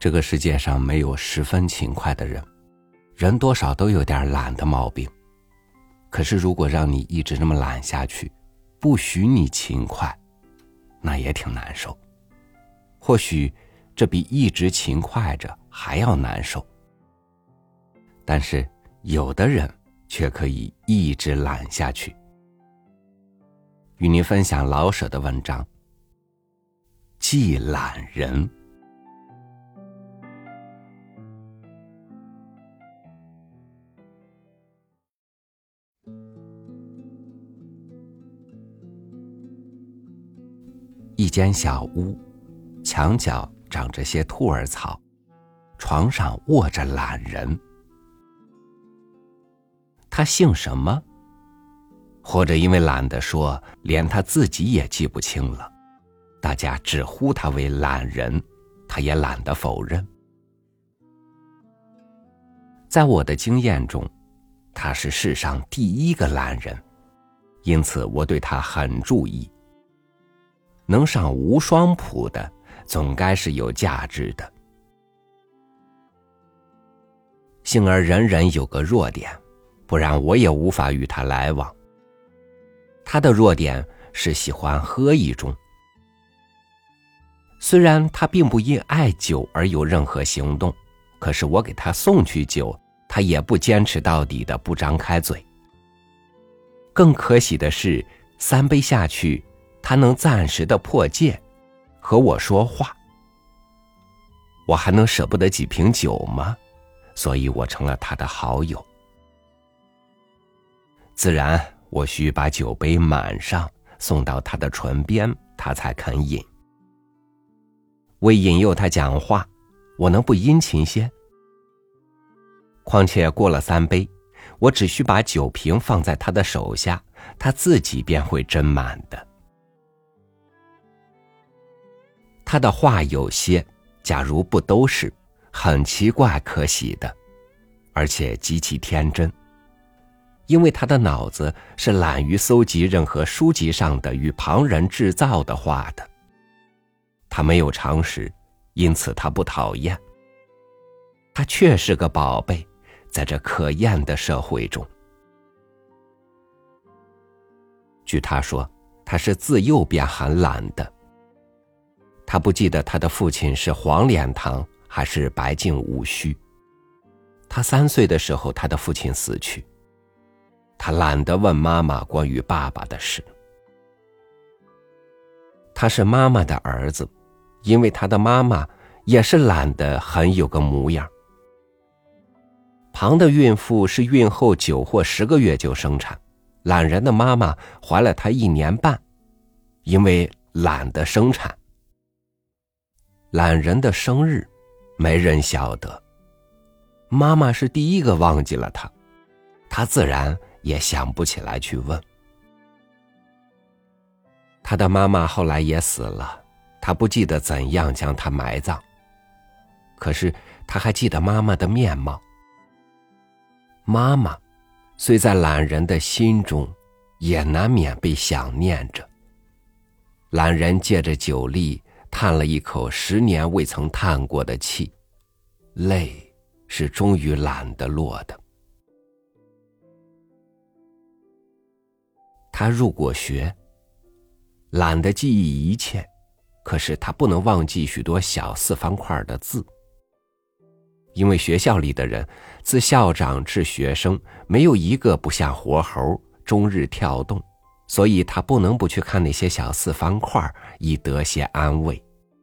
这个世界上没有十分勤快的人，人多少都有点懒的毛病。可是如果让你一直这么懒下去，不许你勤快，那也挺难受。或许这比一直勤快着还要难受。但是有的人却可以一直懒下去。与您分享老舍的文章《记懒人》。一间小屋，墙角长着些兔儿草，床上卧着懒人。他姓什么？或者因为懒得说，连他自己也记不清了。大家只呼他为懒人，他也懒得否认。在我的经验中，他是世上第一个懒人，因此我对他很注意。能上无双谱的，总该是有价值的。幸而人人有个弱点，不然我也无法与他来往。他的弱点是喜欢喝一盅。虽然他并不因爱酒而有任何行动，可是我给他送去酒，他也不坚持到底的不张开嘴。更可喜的是，3杯下去，他能暂时的破戒，和我说话。我还能舍不得几瓶酒吗？所以我成了他的好友。自然我需把酒杯满上，送到他的唇边，他才肯饮。为引诱他讲话，我能不殷勤些？况且过了3杯，我只需把酒瓶放在他的手下，他自己便会斟满的。他的话有些，假如不都是，很奇怪可喜的，而且极其天真。因为他的脑子是懒于搜集任何书籍上的与旁人制造的话的。他没有常识，因此他不讨厌。他确是个宝贝，在这可厌的社会中。据他说，他是自幼便很懒的。他不记得他的父亲是黄脸堂还是白净无须。他3岁的时候，他的父亲死去。他懒得问妈妈关于爸爸的事。他是妈妈的儿子，因为他的妈妈也是懒得很有个模样。旁的孕妇是孕后9或10个月就生产，懒人的妈妈怀了他1年半，因为懒得生产。懒人的生日没人晓得，妈妈是第一个忘记了他，他自然也想不起来去问。他的妈妈后来也死了，他不记得怎样将她埋葬，可是他还记得妈妈的面貌。妈妈虽在懒人的心中，也难免被想念着。懒人借着酒力叹了一口10年未曾叹过的气，泪是终于懒得落的。他入过学，懒得记忆一切，可是他不能忘记许多小4方块的字。因为学校里的人，自校长至学生，没有一个不像活猴，终日跳动，所以他不能不去看那些小4方块，以得些安慰。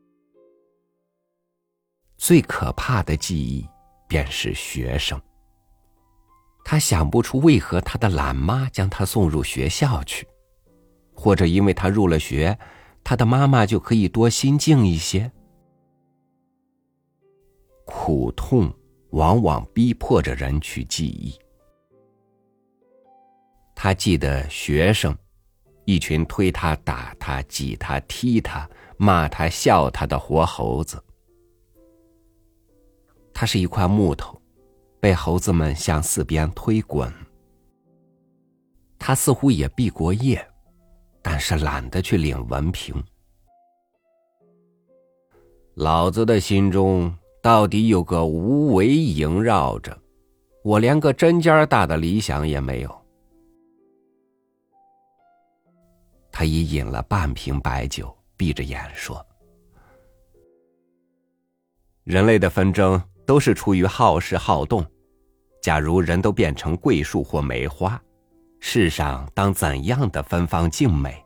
最可怕的记忆便是学生。他想不出为何他的懒妈将他送入学校去，或者因为他入了学，他的妈妈就可以多心静一些。苦痛往往逼迫着人去记忆。他记得学生，一群推他、打他、挤他、踢他、骂他、笑他的活猴子。他是一块木头，被猴子们向4边推滚。他似乎也毕过业，但是懒得去领文凭。老子的心中到底有个无为萦绕着，我连个针尖大的理想也没有。他已饮了半瓶白酒，闭着眼说：人类的纷争都是出于好事好动，假如人都变成桂树或梅花，世上当怎样的芬芳静美？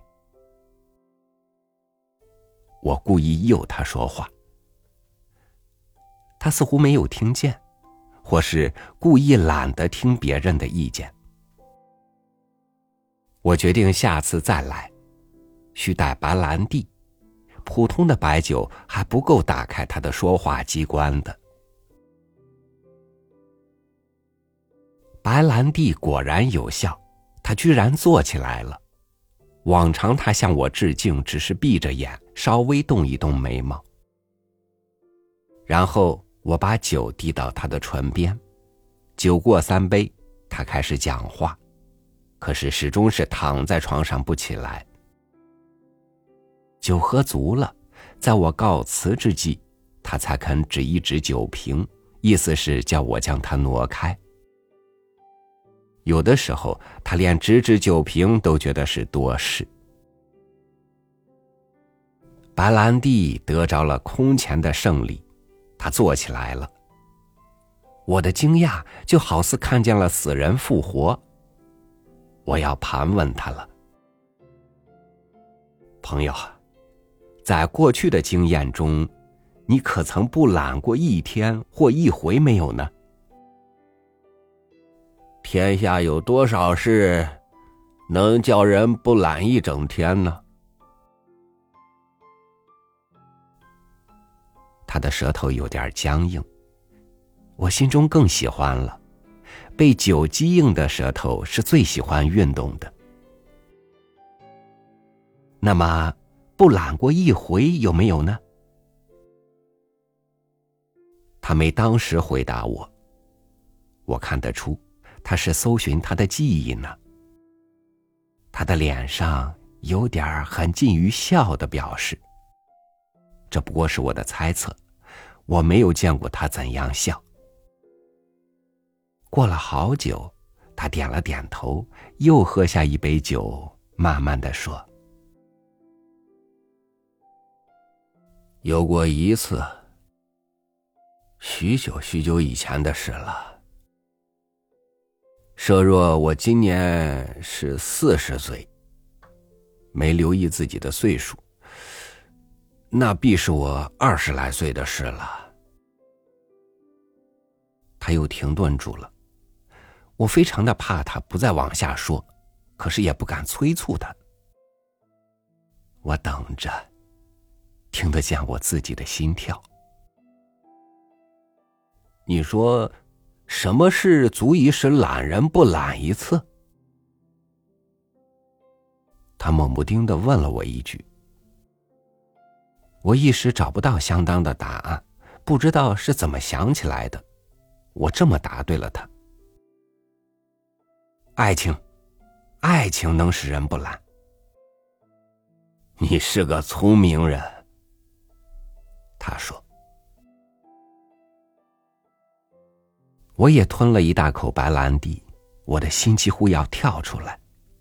我故意诱他说话，他似乎没有听见，或是故意懒得听别人的意见。我决定下次再来，需带白兰地，普通的白酒还不够打开他的说话机关的。白兰地果然有效，他居然坐起来了。往常他向我致敬只是闭着眼，稍微动一动眉毛。然后我把酒递到他的唇边，酒过3杯，他开始讲话，可是始终是躺在床上不起来。酒喝足了，在我告辞之际，他才肯指一指酒瓶，意思是叫我将它挪开。有的时候他连指指酒瓶都觉得是多事。白兰地得着了空前的胜利，他坐起来了。我的惊讶就好似看见了死人复活。我要盘问他了。朋友，在过去的经验中，你可曾不懒过一天或一回没有呢？天下有多少事能叫人不懒一整天呢？他的舌头有点僵硬，我心中更喜欢了。被酒激硬的舌头是最喜欢运动的。那么，不懒过一回有没有呢？他没当时回答我，我看得出他是搜寻他的记忆呢。他的脸上有点很近于笑的表示，这不过是我的猜测，我没有见过他怎样笑。过了好久，他点了点头，又喝下一杯酒，慢慢地说：有过一次，许久以前的事了。设若我今年是40岁，没留意自己的岁数，那必是我20来岁的事了。他又停顿住了，我非常的怕他不再往下说，可是也不敢催促他。我等着，听得见我自己的心跳。你说，什么事足以使懒人不懒一次？他猛不丁地问了我一句。我一时找不到相当的答案，不知道是怎么想起来的。我这么答对了他：爱情，爱情能使人不懒。你是个聪明人，他说。我也吞了一大口白兰地，我的心几乎要跳出来。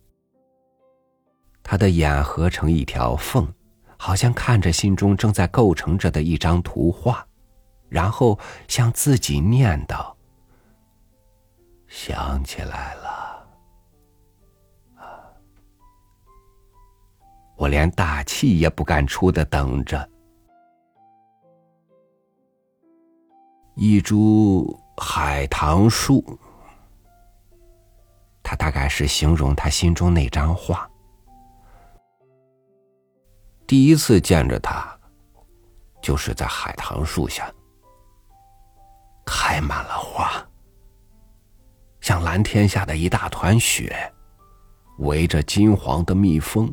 他的眼合成一条缝，好像看着心中正在构成着的一张图画，然后向自己念叨：想起来了。我连大气也不敢出的等着。一株海棠树，他大概是形容他心中那张画。第一次见着他，就是在海棠树下，开满了花，像蓝天下的一大团雪，围着金黄的蜜蜂。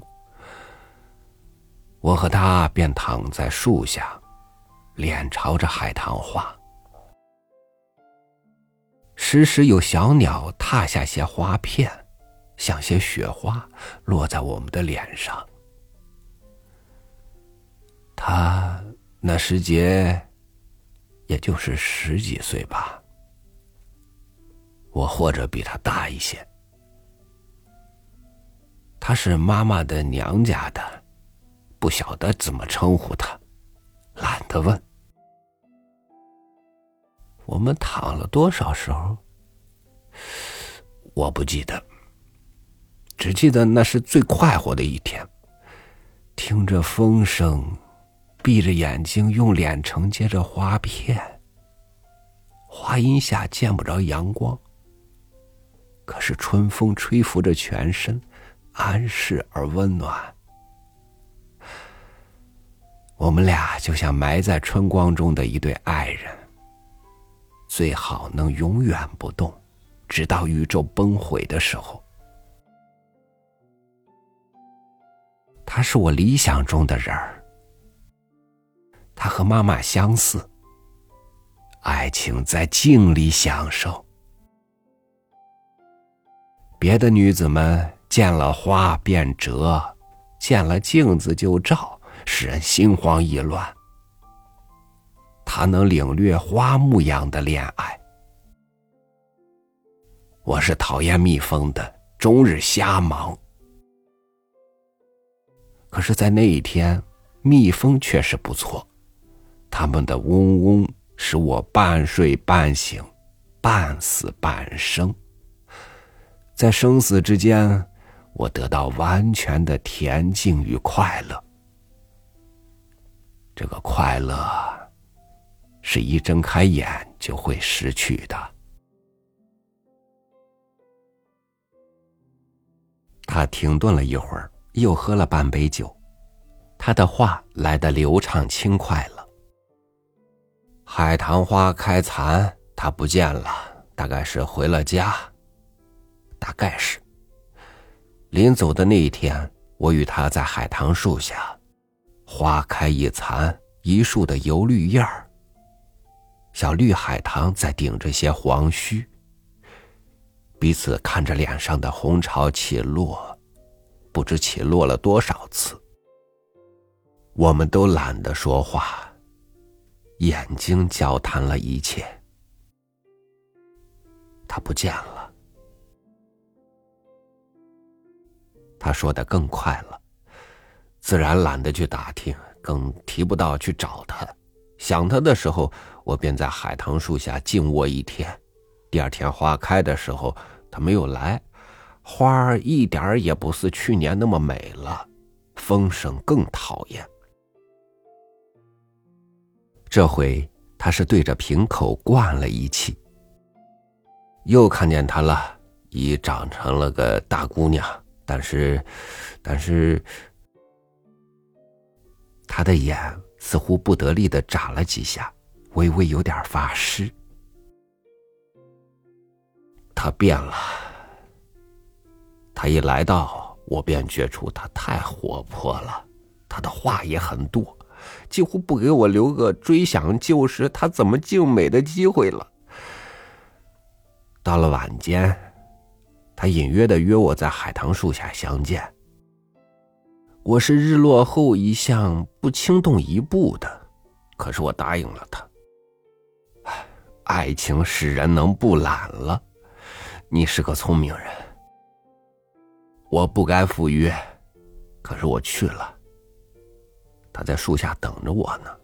我和他便躺在树下，脸朝着海棠花。时时有小鸟踏下些花片，像些雪花落在我们的脸上。他那时节也就是10几岁吧，我或者比他大一些。他是妈妈的娘家的，不晓得怎么称呼他，懒得问。我们躺了多少时候，我不记得，只记得那是最快活的一天，听着风声，闭着眼睛用脸承接着花片，花荫下见不着阳光，可是春风吹拂着全身，安适而温暖。我们俩就像埋在春光中的一对爱人，最好能永远不动，直到宇宙崩毁的时候。他是我理想中的人儿，他和妈妈相似，爱情在镜里享受。别的女子们见了花便折，见了镜子就照，使人心慌意乱。他能领略花木样的恋爱。我是讨厌蜜蜂的，终日瞎忙。可是在那一天，蜜蜂却是不错，它们的嗡嗡使我半睡半醒，半死半生。在生死之间，我得到完全的恬静与快乐。这个快乐是一睁开眼就会失去的。他停顿了一会儿，又喝了半杯酒，他的话来得流畅轻快了。海棠花开残，他不见了，大概是回了家，大概是。临走的那一天，我与他在海棠树下，花开一残，一树的油绿叶儿，小绿海棠在顶着些黄须，彼此看着脸上的红潮起落，不知起落了多少次。我们都懒得说话，眼睛交谈了一切。他不见了。他说得更快了，自然懒得去打听，更提不到去找他。想他的时候，我便在海棠树下静卧一天。第二天花开的时候，他没有来，花儿一点儿也不似去年那么美了，风声更讨厌。这回他是对着瓶口灌了一气。又看见他了，已长成了个大姑娘，但是他的眼似乎不得力地眨了几下，微微有点发湿。他变了，他一来到，我便觉出他太活泼了，他的话也很多，几乎不给我留个追想旧时他怎么静美的机会了。到了晚间，他隐约地约我在海棠树下相见。我是日落后一向不轻动一步的，可是我答应了他。爱情使人能不懒了，你是个聪明人。我不该赴约，可是我去了。他在树下等着我呢。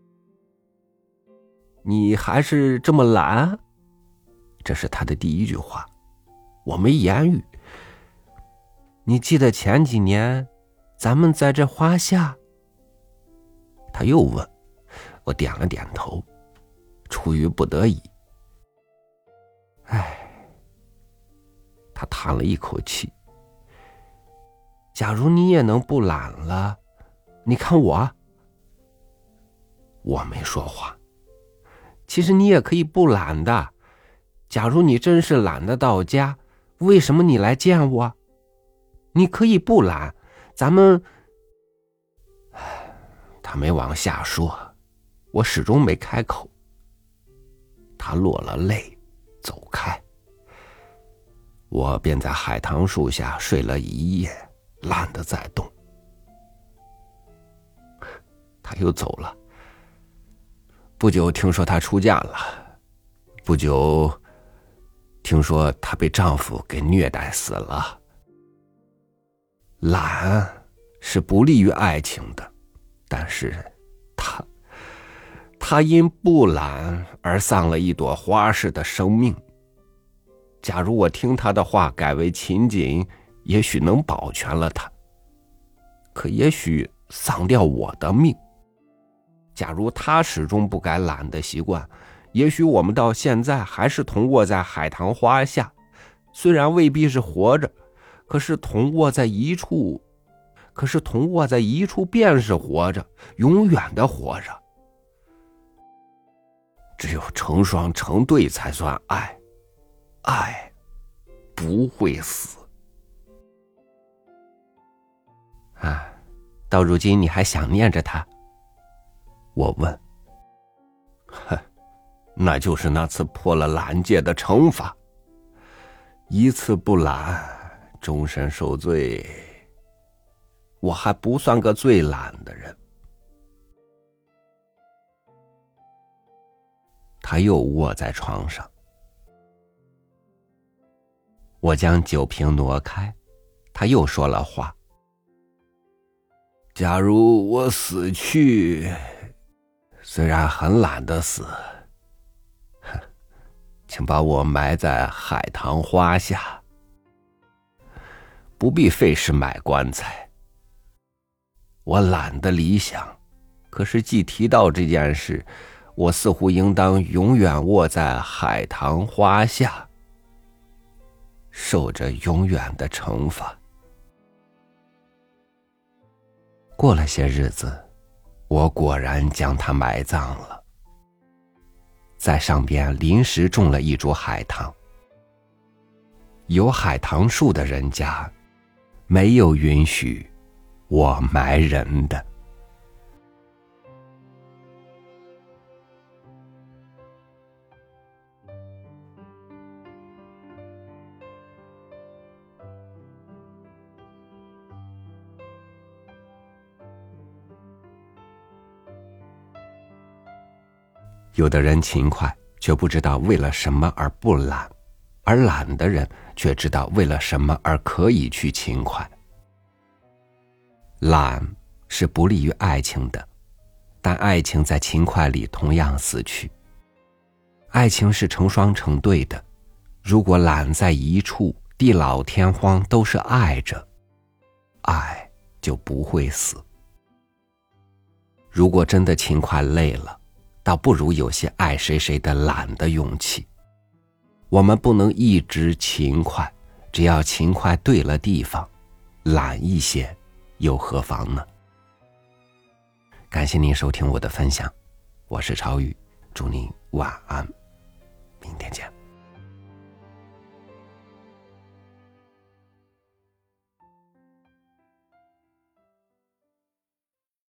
你还是这么懒？这是他的第一句话，我没言语。你记得前几年咱们在这花下？他又问，我点了点头，出于不得已。他叹了一口气。假如你也能不懒了，你看我。我没说话。其实你也可以不懒的，假如你真是懒得到家，为什么你来见我？你可以不懒，咱们……他没往下说，我始终没开口。他落了泪，走开。我便在海棠树下睡了一夜，懒得再动。他又走了。 不久听说她出嫁了，不久听说她被丈夫给虐待死了。懒是不利于爱情的，但是她因不懒而丧了一朵花似的生命。假如我听她的话改为勤谨，也许能保全了她，可也许丧掉我的命。假如她始终不改懒的习惯，也许我们到现在还是同卧在海棠花下，虽然未必是活着，可是同卧在一处便是活着，永远的活着。只有成双成对才算爱，爱不会死。到如今你还想念着他？我问。那就是那次破了懒戒的惩罚。一次不懒，终身受罪。我还不算个最懒的人。他又卧在床上，我将酒瓶挪开，他又说了话。假如我死去，虽然很懒得死，请把我埋在海棠花下，不必费事买棺材。我懒得理想，可是既提到这件事，我似乎应当永远卧在海棠花下，受着永远的惩罚。过了些日子，我果然将它埋葬了，在上边临时种了一株海棠。有海棠树的人家，没有允许我埋人的。有的人勤快，却不知道为了什么而不懒，而懒的人却知道为了什么而可以去勤快。懒是不利于爱情的，但爱情在勤快里同样死去。爱情是成双成对的，如果懒在一处，地老天荒都是爱着，爱就不会死。如果真的勤快累了，倒不如有些爱谁谁的懒的勇气。我们不能一直勤快，只要勤快对了地方，懒一些又何妨呢？感谢您收听我的分享，我是超宇，祝您晚安，明天见。